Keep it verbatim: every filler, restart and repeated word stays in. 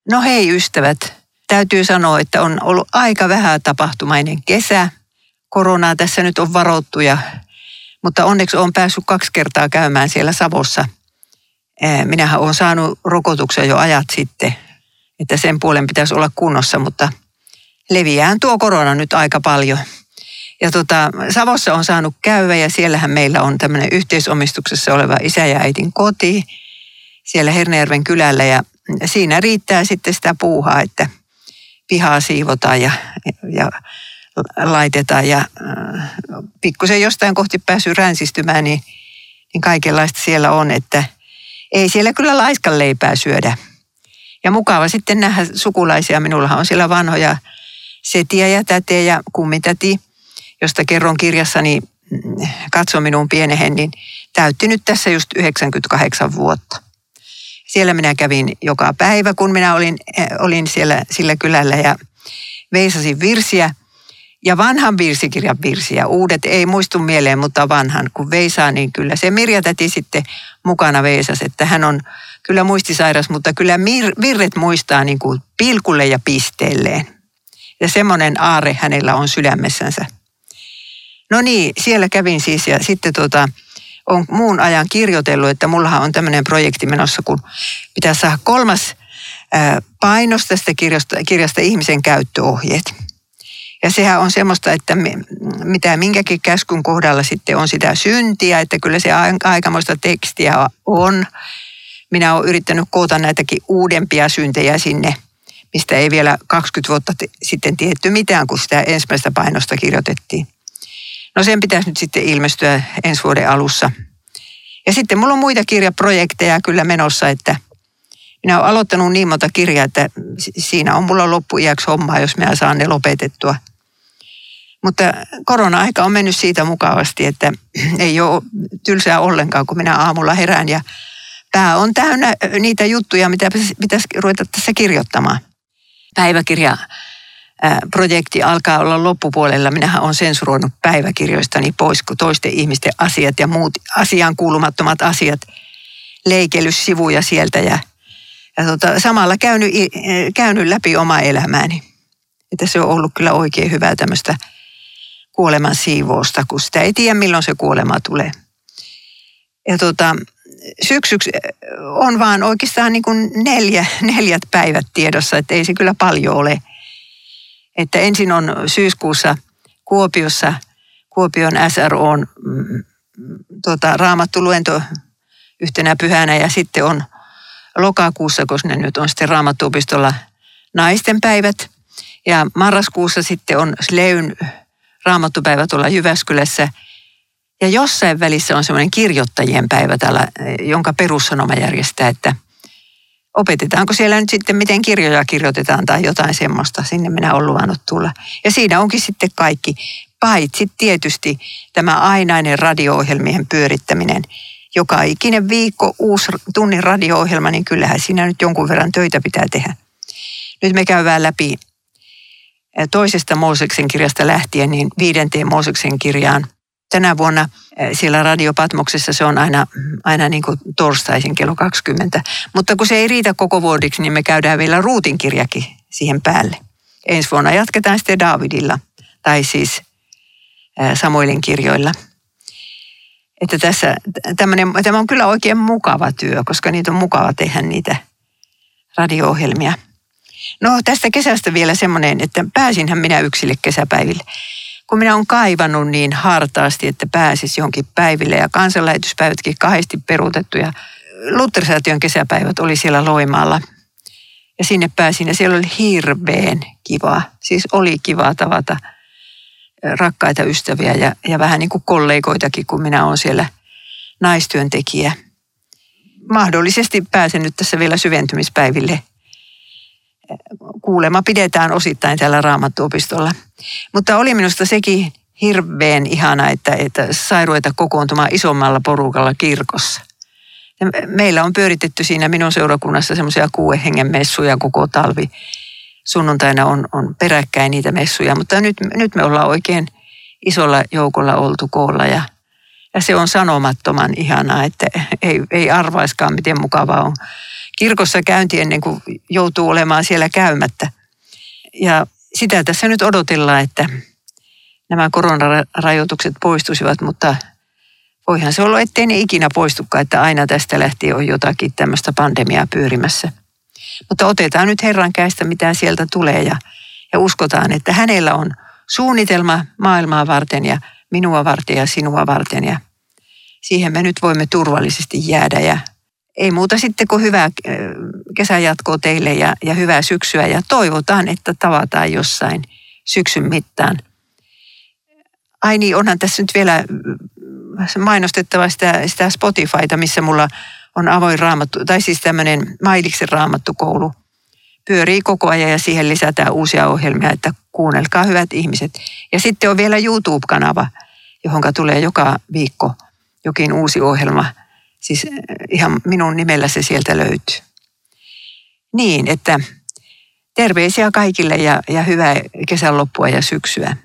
No hei ystävät, täytyy sanoa, että on ollut aika vähän tapahtumainen kesä. Koronaa tässä nyt on varoittu, ja, mutta onneksi olen päässyt kaksi kertaa käymään siellä Savossa. Minähän olen saanut rokotuksen jo ajat sitten, että sen puolen pitäisi olla kunnossa, mutta leviää tuo korona nyt aika paljon. Ja tota, Savossa on saanut käydä, ja siellähän meillä on tämmöinen yhteisomistuksessa oleva isä ja äitin koti siellä Hernejärven kylällä, ja siinä riittää sitten sitä puuhaa, että pihaa siivotaan ja, ja laitetaan, ja äh, pikkusen jostain kohti päässyt ränsistymään, niin, niin kaikenlaista siellä on, että ei siellä kyllä laiskan leipää syödä. Ja mukava sitten nähdä sukulaisia. Minullahan on siellä vanhoja setiä ja tätejä ja kummitäti, josta kerron kirjassani Katso minun pienehen, niin täytti nyt tässä just yhdeksänkymmentäkahdeksan vuotta. Siellä minä kävin joka päivä, kun minä olin, olin siellä sillä kylällä, ja veisasin virsiä. Ja vanhan virsikirjan virsiä. Uudet ei muistu mieleen, mutta vanhan. Kun veisaa, niin kyllä se Mirja täti sitten mukana veisasi, että hän on kyllä muistisairas, mutta kyllä mir- virret muistaa niin kuin pilkulle ja pisteelleen. Ja semmoinen aarre hänellä on sydämessänsä. No niin, siellä kävin siis, ja sitten tota, on muun ajan kirjoitellut, että mullahan on tämmöinen projekti menossa, kun pitää saada kolmas ää, painos tästä kirjasta, kirjasta ihmisen käyttöohjeet. Ja sehän on semmoista, että mitä minkäkin käskyn kohdalla sitten on sitä syntiä, että kyllä se aikamoista tekstiä on. Minä olen yrittänyt koota näitäkin uudempia syntejä sinne, mistä ei vielä kaksikymmentä vuotta sitten tiedetty mitään, kun sitä ensimmäistä painosta kirjoitettiin. No sen pitäisi nyt sitten ilmestyä ensi vuoden alussa. Ja sitten mulla on muita kirjaprojekteja kyllä menossa, että minä olen aloittanut niin monta kirjaa, että siinä on mulla loppuiäksi hommaa, jos minä saan ne lopetettua. Mutta korona-aika on mennyt siitä mukavasti, että ei ole tylsää ollenkaan, kun minä aamulla herään. Ja pää on täynnä niitä juttuja, mitä pitäisi ruveta tässä kirjoittamaan. Päiväkirjaprojekti alkaa olla loppupuolella. Minähän olen sensuroinut päiväkirjoistani pois, kun toisten ihmisten asiat ja muut asiaan kuulumattomat asiat, leikelyssivuja sieltä ja Ja tota, samalla käynyt, käynyt läpi omaa elämääni. Että se on ollut kyllä oikein hyvää tämmöistä kuoleman siivousta, kun sitä ei tiedä, milloin se kuolema tulee. Ja tota, syksyksi on vaan oikeastaan niin kuin neljä, neljät päivät tiedossa, että ei se kyllä paljon ole. Että ensin on syyskuussa Kuopiossa, Kuopion S R O:n tota, raamattuluento yhtenä pyhänä, ja sitten on lokakuussa, koska ne nyt on sitten Raamattuopistolla naisten päivät. Ja marraskuussa sitten on Sleyn raamattupäivä tuolla Jyväskylässä. Ja jossain välissä on semmoinen kirjoittajien päivä täällä, jonka Perussanoma järjestää, että opetetaanko siellä nyt sitten, miten kirjoja kirjoitetaan tai jotain semmoista. Sinne minä olen luvannut tulla. Ja siinä onkin sitten kaikki, paitsi tietysti tämä ainainen radio-ohjelmien pyörittäminen. Joka ikinen viikko uusi tunnin radio-ohjelma, niin kyllähän siinä nyt jonkun verran töitä pitää tehdä. Nyt me käydään läpi toisesta Mooseksen kirjasta lähtien, niin viidenteen Mooseksen kirjaan. Tänä vuonna siellä Radio Patmoksessa se on aina, aina niin kuin torstaisin kello kaksikymmentä. Mutta kun se ei riitä koko vuodeksi, niin me käydään vielä Ruutin kirjakin siihen päälle. Ensi vuonna jatketaan sitten Daavidilla, tai siis Samuelin kirjoilla. Että tässä, tämä on kyllä oikein mukava työ, koska niitä on mukava tehdä niitä radio-ohjelmia. No tästä kesästä vielä semmoinen, että pääsinhän minä yksille kesäpäiville. Kun minä olen kaivannut niin hartaasti, että pääsisi johonkin päiville, ja kansanlähetyspäivätkin kahdesti peruutettu, ja Luthersäätiön kesäpäivät oli siellä Loimaalla. Ja sinne pääsin, ja siellä oli hirveän kiva. Siis oli kiva tavata rakkaita ystäviä ja, ja vähän niin kuin kollegoitakin, kun minä olen siellä naistyöntekijä. Mahdollisesti pääsen nyt tässä vielä syventymispäiville. Kuulema pidetään osittain täällä Raamattuopistolla. Mutta oli minusta sekin hirveän ihana, että, että sai ruveta kokoontumaan isommalla porukalla kirkossa. Ja meillä on pyöritetty siinä minun seurakunnassa semmoisia kuuden hengen messuja koko talvi. Sunnuntaina on, on peräkkäin niitä messuja, mutta nyt, nyt me ollaan oikein isolla joukolla oltu koolla ja, ja se on sanomattoman ihanaa, että ei, ei arvaiskaan, miten mukavaa on kirkossa käynti ennen kuin joutuu olemaan siellä käymättä. Ja sitä tässä nyt odotellaan, että nämä koronarajoitukset poistuisivat, mutta voihan se olla, ettei ne ikinä poistukaan, että aina tästä lähtien on jotakin tämmöistä pandemiaa pyörimässä. Mutta otetaan nyt Herran käistä, mitä sieltä tulee ja, ja uskotaan, että hänellä on suunnitelma maailmaa varten ja minua varten ja sinua varten ja siihen me nyt voimme turvallisesti jäädä ja ei muuta sitten kuin hyvää kesänjatkoa teille ja, ja hyvää syksyä ja toivotaan, että tavataan jossain syksyn mittaan. Ai niin, onhan tässä nyt vielä mainostettava sitä, sitä Spotifyta, missä mulla on avoin raamattu, tai siis tämmöinen Mailiksen raamattukoulu. Pyörii koko ajan ja siihen lisätään uusia ohjelmia, että kuunnelkaa hyvät ihmiset. Ja sitten on vielä YouTube-kanava, johon tulee joka viikko jokin uusi ohjelma. Siis ihan minun nimellä se sieltä löytyy. Niin, että terveisiä kaikille ja, ja hyvää kesän loppua ja syksyä.